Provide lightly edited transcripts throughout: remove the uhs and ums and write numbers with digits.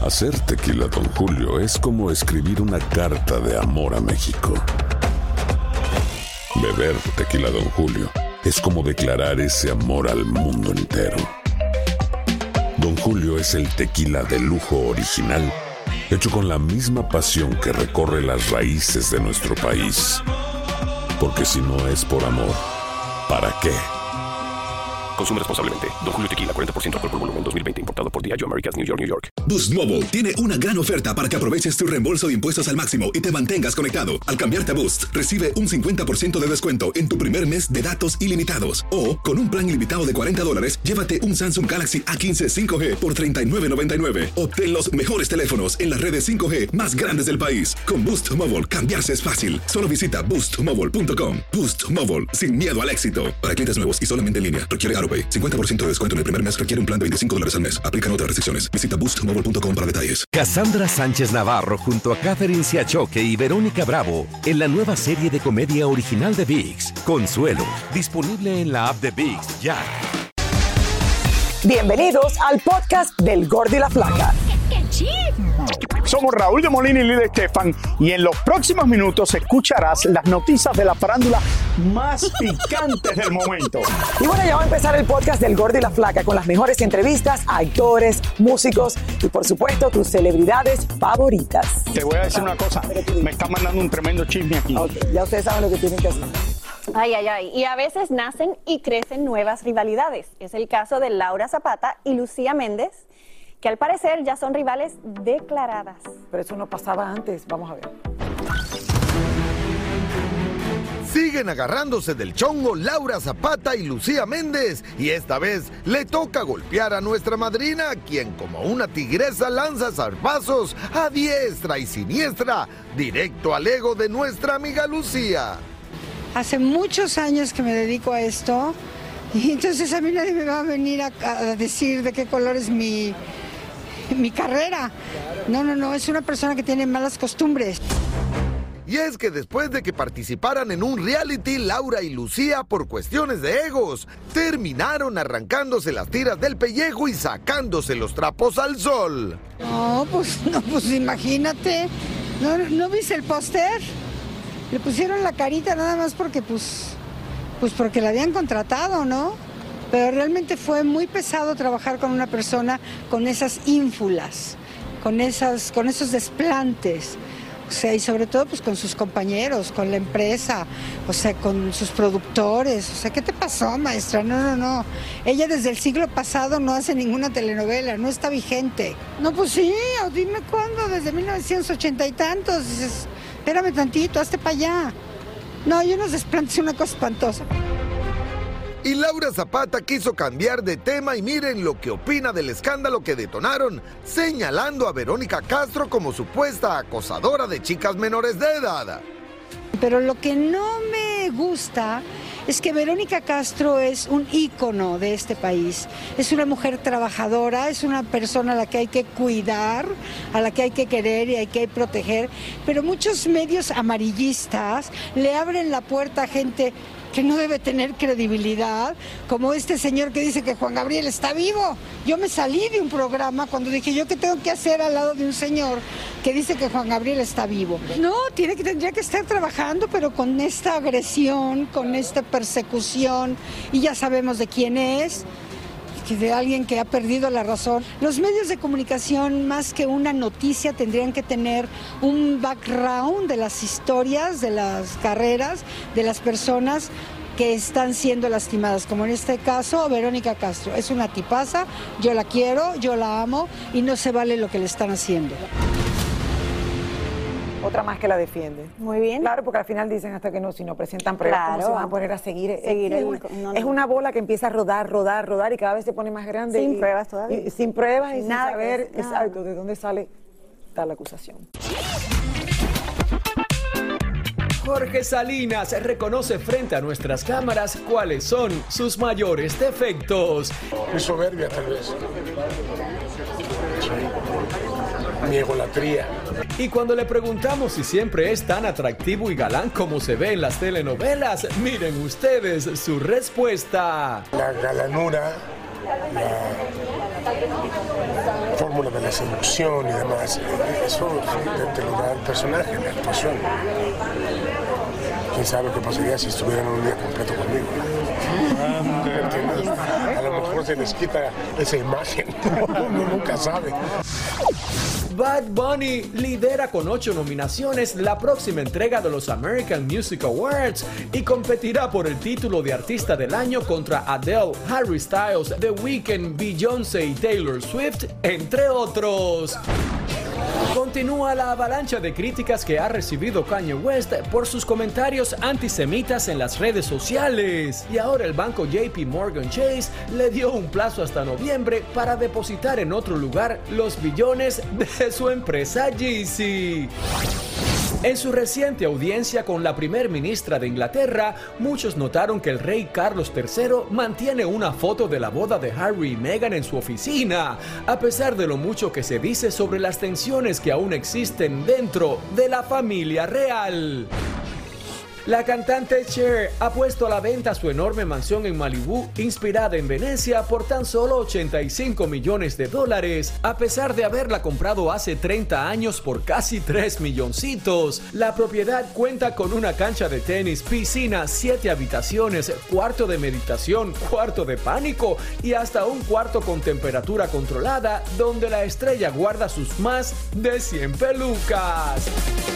Hacer tequila Don Julio es como escribir una carta de amor a México. Beber tequila Don Julio es como declarar ese amor al mundo entero. Don Julio es el tequila de lujo original, hecho con la misma pasión que recorre las raíces de nuestro país. Porque si no es por amor, ¿para qué? Consume responsablemente. Don Julio Tequila, 40% alcohol por volumen, 2020. Importado por Diageo Americas, New York, New York. Boost Mobile tiene una gran oferta para que aproveches tu reembolso de impuestos al máximo y te mantengas conectado. Al cambiarte a Boost, recibe un 50% de descuento en tu primer mes de datos ilimitados. O, con un plan ilimitado de $40, llévate un Samsung Galaxy A15 5G por $39.99. Obtén los mejores teléfonos en las redes 5G más grandes del país. Con Boost Mobile, cambiarse es fácil. Solo visita boostmobile.com. Boost Mobile, sin miedo al éxito. Para clientes nuevos y solamente en línea, requiere AroPay. 50% de descuento en el primer mes, requiere un plan de $25 al mes. Aplican otras restricciones. Visita boostmobile.com para detalles. Cassandra Sánchez Navarro junto a Catherine Siachoque y Verónica Bravo en la nueva serie de comedia original de ViX, Consuelo, disponible en la app de ViX ya. Bienvenidos al podcast del Gordo y la Flaca. Somos Raúl de Molina y Lidia Estefan y en los próximos minutos escucharás las noticias de la farándula más picantes del momento. Y bueno, ya va a empezar el podcast del Gordo y la Flaca con las mejores entrevistas a actores, músicos y por supuesto tus celebridades favoritas. Te voy a decir una cosa, me está mandando un tremendo chisme aquí. Okay, ya ustedes saben lo que tienen que hacer. Ay, ay, ay. Y a veces nacen y crecen nuevas rivalidades. Es el caso de Laura Zapata y Lucía Méndez, que al parecer ya son rivales declaradas. Pero eso no pasaba antes. Vamos a ver. Siguen agarrándose del chongo Laura Zapata y Lucía Méndez. Y esta vez le toca golpear a nuestra madrina, quien como una tigresa lanza zarpazos a diestra y siniestra, directo al ego de nuestra amiga Lucía. Hace muchos años que me dedico a esto y entonces a mí nadie me va a venir a decir de qué color es mi carrera. No, es una persona que tiene malas costumbres. Y es que después de que participaran en un reality, Laura y Lucía, por cuestiones de egos, terminaron arrancándose las tiras del pellejo y sacándose los trapos al sol. No, pues imagínate. ¿No viste el póster? Le pusieron la carita nada más porque, pues porque la habían contratado, ¿no? Pero realmente fue muy pesado trabajar con una persona con esas ínfulas, con esos desplantes. O sea, y sobre todo pues con sus compañeros, con la empresa, o sea, con sus productores. O sea, ¿qué te pasó, maestra? No. Ella desde el siglo pasado no hace ninguna telenovela, no está vigente. No, pues sí, dime cuándo, desde 1980 y tantos. Dices, espérame tantito, hazte para allá. No, yo unos desplantes, una cosa espantosa. Y Laura Zapata quiso cambiar de tema y miren lo que opina del escándalo que detonaron, señalando a Verónica Castro como supuesta acosadora de chicas menores de edad. Pero lo que no me gusta es que Verónica Castro es un ícono de este país. Es una mujer trabajadora, es una persona a la que hay que cuidar, a la que hay que querer y hay que proteger. Pero muchos medios amarillistas le abren la puerta a gente que no debe tener credibilidad, como este señor que dice que Juan Gabriel está vivo. Yo me salí de un programa cuando dije, ¿yo qué tengo que hacer al lado de un señor que dice que Juan Gabriel está vivo? No, tendría que estar trabajando, pero con esta agresión, con esta persecución, y ya sabemos de quién es, que de alguien que ha perdido la razón. Los medios de comunicación, más que una noticia, tendrían que tener un background de las historias, de las carreras, de las personas que están siendo lastimadas, como en este caso Verónica Castro. Es una tipaza, yo la quiero, yo la amo y no se vale lo que le están haciendo. Otra más que la defiende. Muy bien. Claro, porque al final dicen hasta que no, si no presentan pruebas, Claro. ¿cómo se van a poner a seguir? Es una bola que empieza a rodar y cada vez se pone más grande. Sin pruebas todavía. Sin pruebas y sin Nada saber que- nada. exacto de dónde sale tal acusación. Jorge Salinas reconoce frente a nuestras cámaras cuáles son sus mayores defectos. Mi soberbia, tal vez. Mi egolatría. Y cuando le preguntamos si siempre es tan atractivo y galán como se ve en las telenovelas, miren ustedes su respuesta. La galanura, fórmula de la seducción y demás. Eso te lo da el personaje, la actuación. ¿Quién sabe qué pasaría si estuvieran un día completo conmigo? ¿Entiendes? A lo mejor se les quita esa imagen. Uno nunca sabe. Bad Bunny lidera con 8 nominaciones la próxima entrega de los American Music Awards y competirá por el título de Artista del Año contra Adele, Harry Styles, The Weeknd, Beyoncé y Taylor Swift, entre otros. Continúa la avalancha de críticas que ha recibido Kanye West por sus comentarios antisemitas en las redes sociales. Y ahora el banco JP Morgan Chase le dio un plazo hasta noviembre para depositar en otro lugar los billones de su empresa Yeezy. En su reciente audiencia con la primer ministra de Inglaterra, muchos notaron que el rey Carlos III mantiene una foto de la boda de Harry y Meghan en su oficina, a pesar de lo mucho que se dice sobre las tensiones que aún existen dentro de la familia real. La cantante Cher ha puesto a la venta su enorme mansión en Malibú, inspirada en Venecia, por tan solo $85 millones, a pesar de haberla comprado hace 30 años por casi 3 milloncitos. La propiedad cuenta con una cancha de tenis, piscina, 7 habitaciones, cuarto de meditación, cuarto de pánico y hasta un cuarto con temperatura controlada, donde la estrella guarda sus más de 100 pelucas.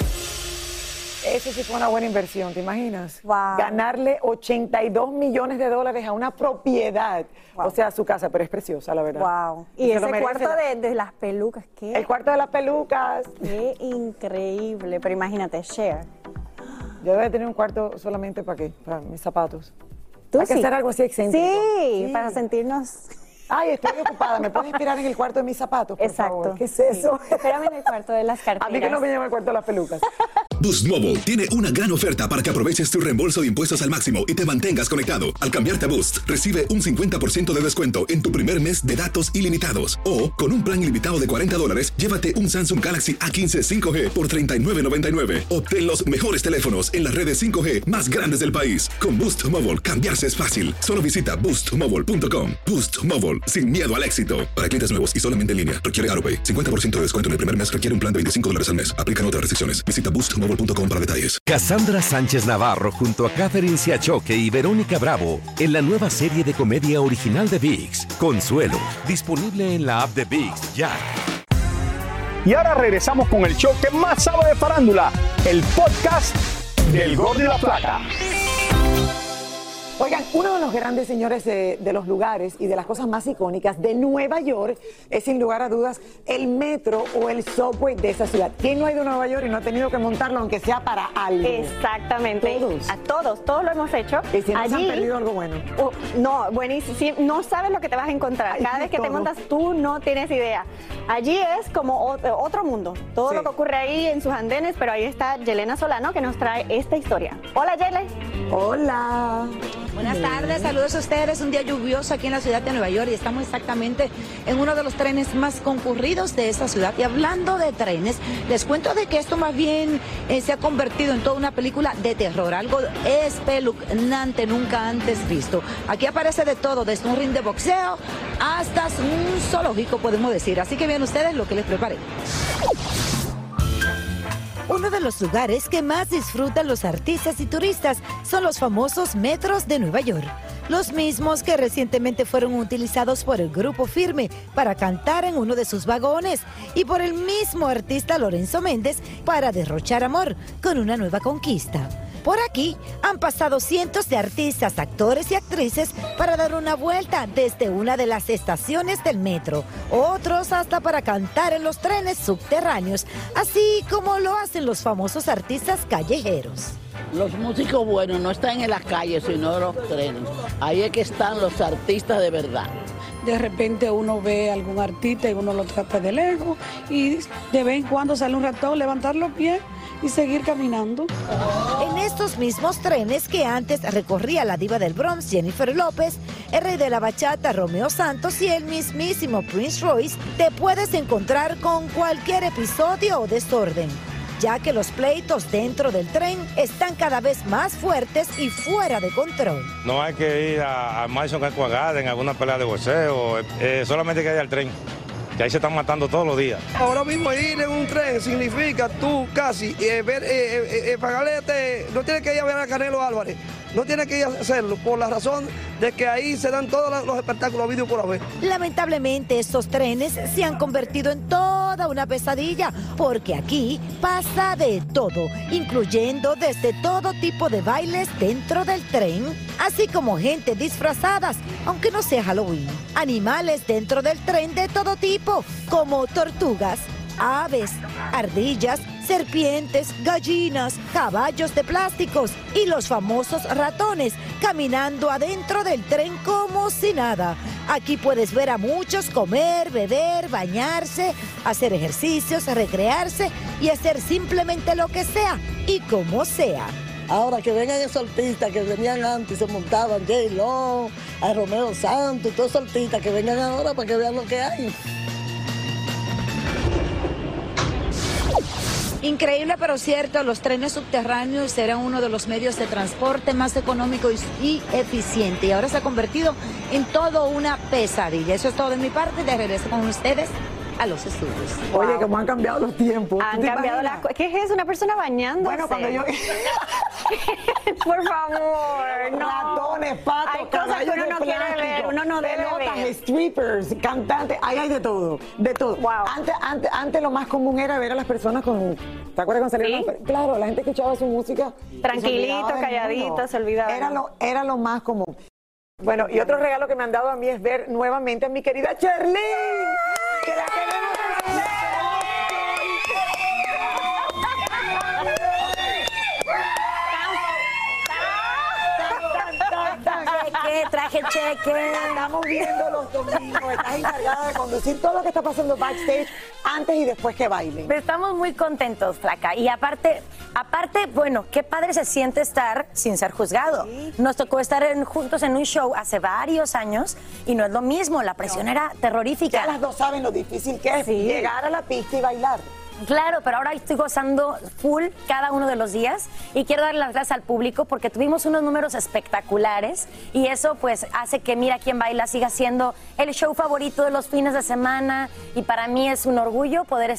Eso sí fue una buena inversión, ¿te imaginas? Wow. Ganarle $82 millones a una propiedad. Wow. O sea, su casa, pero es preciosa, la verdad. Wow. Y ese cuarto de las pelucas, ¿qué? El cuarto de las pelucas. Qué increíble. Pero imagínate, Cher. Yo debo tener un cuarto solamente para qué, para mis zapatos. ¿Tú Hay que hacer algo así excéntrico. Sí, para sentirnos... Ay, estoy ocupada. ¿Me puedes esperar en el cuarto de mis zapatos, por favor? ¿Qué es eso? Sí. Espérame en el cuarto de las carteras. A mí que no me llama el cuarto de las pelucas. Boost Mobile tiene una gran oferta para que aproveches tu reembolso de impuestos al máximo y te mantengas conectado. Al cambiarte a Boost, recibe un 50% de descuento en tu primer mes de datos ilimitados. O, con un plan ilimitado de $40, llévate un Samsung Galaxy A15 5G por $39.99. Obtén los mejores teléfonos en las redes 5G más grandes del país. Con Boost Mobile, cambiarse es fácil. Solo visita boostmobile.com. Boost Mobile, sin miedo al éxito. Para clientes nuevos y solamente en línea, requiere AutoPay. 50% de descuento en el primer mes requiere un plan de $25 al mes. Aplican otras restricciones. Visita boostmobile.com para detalles. Cassandra Sánchez Navarro junto a Catherine Siachoque y Verónica Bravo en la nueva serie de comedia original de ViX, Consuelo, disponible en la app de ViX ya. Y ahora regresamos con el show que más sabe de farándula, el podcast del Gordo y la Flaca. Oigan, uno de los grandes señores de los lugares y de las cosas más icónicas de Nueva York es sin lugar a dudas el metro o el subway de esa ciudad. ¿Quién no ha ido a Nueva York y no ha tenido que montarlo aunque sea para algo? Exactamente. Todos. A todos lo hemos hecho. Y si no allí, se han perdido algo bueno. No, buenísimo. Sí, no sabes lo que te vas a encontrar. Ay, cada vez que te montas tú no tienes idea. Allí es como otro mundo. Todo lo que ocurre ahí en sus andenes, pero ahí está Yelena Solano que nos trae esta historia. Hola, Yele. Hola. Buenas tardes, saludos a ustedes. Un día lluvioso aquí en la ciudad de Nueva York y estamos exactamente en uno de los trenes más concurridos de esta ciudad. Y hablando de trenes, les cuento de que esto más bien se ha convertido en toda una película de terror, algo espeluznante nunca antes visto. Aquí aparece de todo, desde un ring de boxeo hasta un zoológico, podemos decir. Así que vean ustedes lo que les preparé. Uno de los lugares que más disfrutan los artistas y turistas son los famosos metros de Nueva York. Los mismos que recientemente fueron utilizados por el Grupo Firme para cantar en uno de sus vagones y por el mismo artista Lorenzo Méndez para derrochar amor con una nueva conquista. Por aquí han pasado cientos de artistas, actores y actrices para dar una vuelta desde una de las estaciones del metro, otros hasta para cantar en los trenes subterráneos, así como lo hacen los famosos artistas callejeros. Los músicos buenos no están en las calles, sino en los trenes. Ahí es que están los artistas de verdad. De repente uno ve a algún artista y uno lo trata de lejos y de vez en cuando sale un ratón, levantar los pies y seguir caminando. En estos mismos trenes que antes recorría la diva del Bronx, Jennifer López, el rey de la bachata, Romeo Santos, y el mismísimo Prince Royce, te puedes encontrar con cualquier episodio o desorden. ya que los pleitos dentro del tren están cada vez más fuertes y fuera de control. No hay que ir a Madison Square Garden en alguna pelea de boxeo, solamente hay que ir al tren, que ahí se están matando todos los días. Ahora mismo ir en un tren significa tú casi pagarle, no tienes que ir a ver a Canelo Álvarez, no tienes que ir a hacerlo por la razón de que ahí se dan todos los espectáculos vídeos por haber. Lamentablemente estos trenes se han convertido en toda una pesadilla porque aquí pasa de todo, incluyendo desde todo tipo de bailes dentro del tren, así como gente disfrazadas, aunque no sea Halloween. Animales dentro del tren de todo tipo, como tortugas, aves, ardillas, serpientes, gallinas, caballos de plásticos y los famosos ratones caminando adentro del tren como si nada. Aquí puedes ver a muchos comer, beber, bañarse, hacer ejercicios, recrearse y hacer simplemente lo que sea y como sea. Ahora que vengan esos artistas que venían antes, se montaban J-Lo, a Romeo Santos, todos esos artistas que vengan ahora para que vean lo que hay. Increíble pero cierto, los trenes subterráneos eran uno de los medios de transporte más económicos y eficiente y ahora se ha convertido en todo una pesadilla. Eso es todo de mi parte, de regreso con ustedes a los estudios. Oye, cómo han cambiado los tiempos. Han cambiado las cosas. ¿Qué es eso? ¿Una persona bañándose? Bueno, cuando yo... Por favor, no. Ratones, patos, hay cosas que uno no quiere ver, uno no debe ver. Strippers, cantantes, ahí hay de todo, de todo. Wow. Antes lo más común era ver a las personas con... ¿Te acuerdas cuando salieron? ¿Sí? Claro, la gente escuchaba su música. Tranquilito, calladito, se olvidaba. Era lo más común. Bueno, y otro regalo que me han dado a mí es ver nuevamente a mi querida Cherlyn. Que la queremos. Traje cheque. Estamos viendo los domingos. Estás encargada de conducir todo lo que está pasando backstage antes y después que bailen. Estamos muy contentos, Flaca. Y aparte, bueno, qué padre se siente estar sin ser juzgado. Sí. Nos tocó estar juntos en un show hace varios años y no es lo mismo. La presión era terrorífica. Ya las dos saben lo difícil que es llegar a la pista y bailar. Claro, pero ahora estoy gozando full cada uno de los días y quiero darle las gracias al público porque tuvimos unos números espectaculares y eso pues hace que Mira Quién Baila siga siendo el show favorito de los fines de semana y para mí es un orgullo poder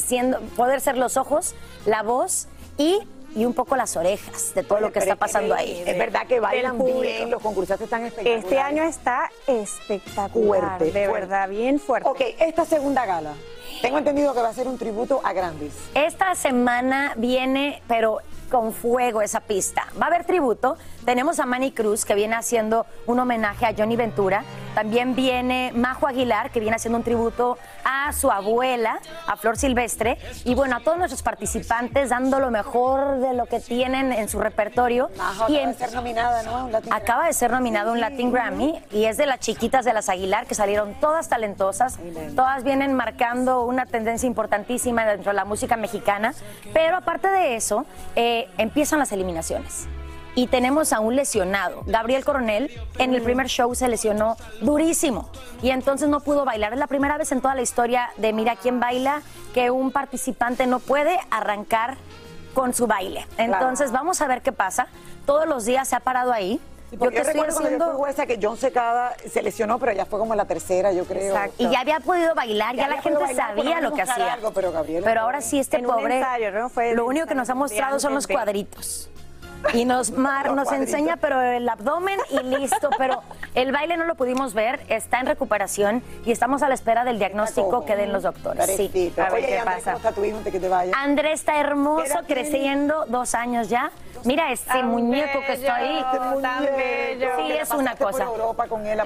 ser los ojos, la voz y un poco las orejas de todo lo que está pasando ahí. Es verdad que bailan bien, los concursantes están espectaculares. Este año está espectacular, fuerte. Verdad, bien fuerte. Ok, esta segunda gala, tengo entendido que va a ser un tributo a Grandis. Esta semana viene, pero con fuego esa pista. Va a haber tributo. Tenemos a Manny Cruz, que viene haciendo un homenaje a Johnny Ventura. También viene Majo Aguilar, que viene haciendo un tributo a su abuela, a Flor Silvestre. Y bueno, a todos nuestros participantes dando lo mejor de lo que tienen en su repertorio. Majo acaba de ser nominada, ¿no? Acaba de ser nominada a un Latin Grammy y es de las chiquitas de las Aguilar, que salieron todas talentosas. Todas vienen marcando una tendencia importantísima dentro de la música mexicana. Pero aparte de eso, empiezan las eliminaciones. Y tenemos a un lesionado, Gabriel Coronel, en el primer show se lesionó durísimo y entonces no pudo bailar. Es la primera vez en toda la historia de Mira Quién Baila que un participante no puede arrancar con su baile. Entonces vamos a ver qué pasa. Todos los días se ha parado ahí. Sí, yo recuerdo cuando yo fui jueza que John Secada se lesionó, pero ya fue como la tercera, yo creo. Exacto. Y ya había podido bailar, ya la gente sabía lo que hacía. Algo, pero ahora sí este pobre, ensayo, ¿no? Lo único que nos ha mostrado son los cuadritos. Y nos enseña pero el abdomen y listo, pero el baile no lo pudimos ver, está en recuperación y estamos a la espera del diagnóstico que den los doctores. Sí, a ver qué pasa. ¿Cómo está tu hijo antes que te vaya? Andrés está hermoso, creciendo, 2 años ya. Mira ese muñeco que está ahí. Tan bello. Sí, es una cosa. Por Europa con él,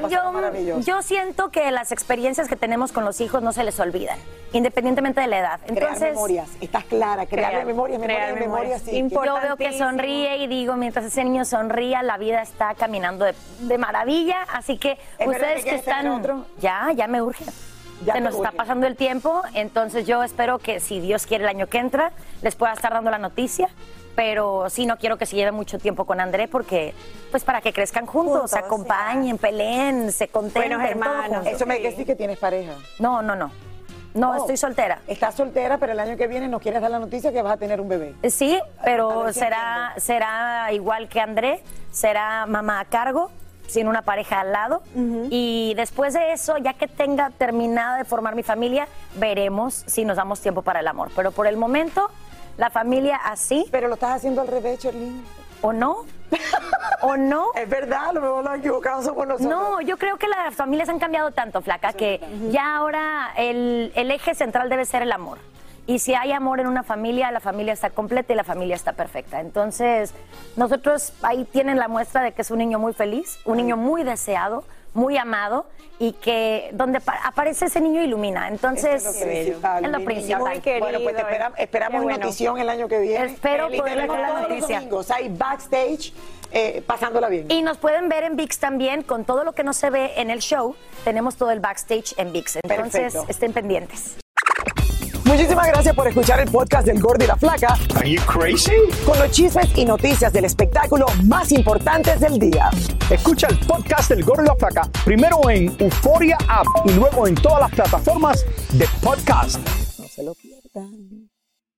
yo siento que las experiencias que tenemos con los hijos no se les olvidan, independientemente de la edad. Entonces, crear memorias, estás clara, crear memorias. Sí, yo veo que sonríe y digo, mientras ese niño sonría, la vida está caminando de maravilla. Así que ustedes que están, ya me urge. Se nos está pasando el tiempo, entonces yo espero que si Dios quiere el año que entra, les pueda estar dando la noticia. Pero sí, no quiero que se lleve mucho tiempo con André porque, pues, para que crezcan juntos, se acompañen, peleen, se contenten. Buenos hermanos. Eso me quiere decir que tienes pareja. No. No, estoy soltera. Estás soltera, pero el año que viene nos quieres dar la noticia que vas a tener un bebé. Sí, pero será igual que André, será mamá a cargo, sin una pareja al lado. Y después de eso, ya que tenga terminada de formar mi familia, veremos si nos damos tiempo para el amor. Pero por el momento, la familia así. Pero lo estás haciendo al revés, Cherlyn. ¿O no? ¿O no? Es verdad, lo mejor lo equivocado somos nosotros. No, yo creo que las familias han cambiado tanto, Flaca, que ya ahora el eje central debe ser el amor. Y si hay amor en una familia, la familia está completa y la familia está perfecta. Entonces, nosotros ahí tienen la muestra de que es un niño muy feliz, un niño muy deseado, muy amado, y que donde aparece ese niño ilumina. Entonces, es lo principal. Bueno, pues esperamos una notición el año que viene. Espero poder ver la noticia. Los domingos hay backstage, pasándola bien. Y nos pueden ver en ViX también, con todo lo que no se ve en el show, tenemos todo el backstage en ViX. Entonces, estén pendientes. Muchísimas gracias por escuchar el podcast del Gordo y la Flaca. Are you crazy? Con los chismes y noticias del espectáculo más importantes del día. Escucha el podcast del Gordo y la Flaca primero en Euforia App y luego en todas las plataformas de podcast. No se lo pierdan.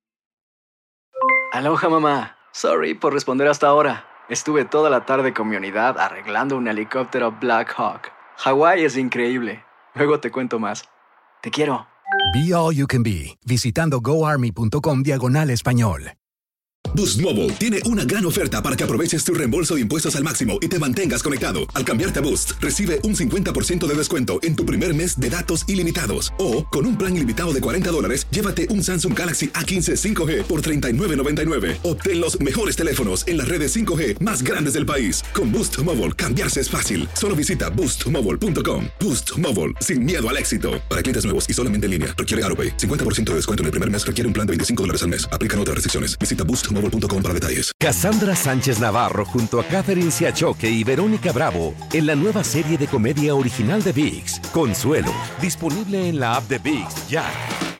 Aloha, mamá. Sorry por responder hasta ahora. Estuve toda la tarde con mi unidad arreglando un helicóptero Black Hawk. Hawái es increíble. Luego te cuento más. Te quiero. Be All You Can Be, visitando goarmy.com/español. Boost Mobile tiene una gran oferta para que aproveches tu reembolso de impuestos al máximo y te mantengas conectado. Al cambiarte a Boost, recibe un 50% de descuento en tu primer mes de datos ilimitados. O, con un plan ilimitado de $40, llévate un Samsung Galaxy A15 5G por $39.99. Obtén los mejores teléfonos en las redes 5G más grandes del país. Con Boost Mobile, cambiarse es fácil. Solo visita boostmobile.com. Boost Mobile, sin miedo al éxito. Para clientes nuevos y solamente en línea, requiere AroPay. 50% de descuento en el primer mes requiere un plan de $25 al mes. Aplican otras restricciones. Visita boostmobile.com para detalles. Cassandra Sánchez Navarro junto a Catherine Siachoque y Verónica Bravo en la nueva serie de comedia original de ViX, Consuelo, disponible en la app de ViX ya.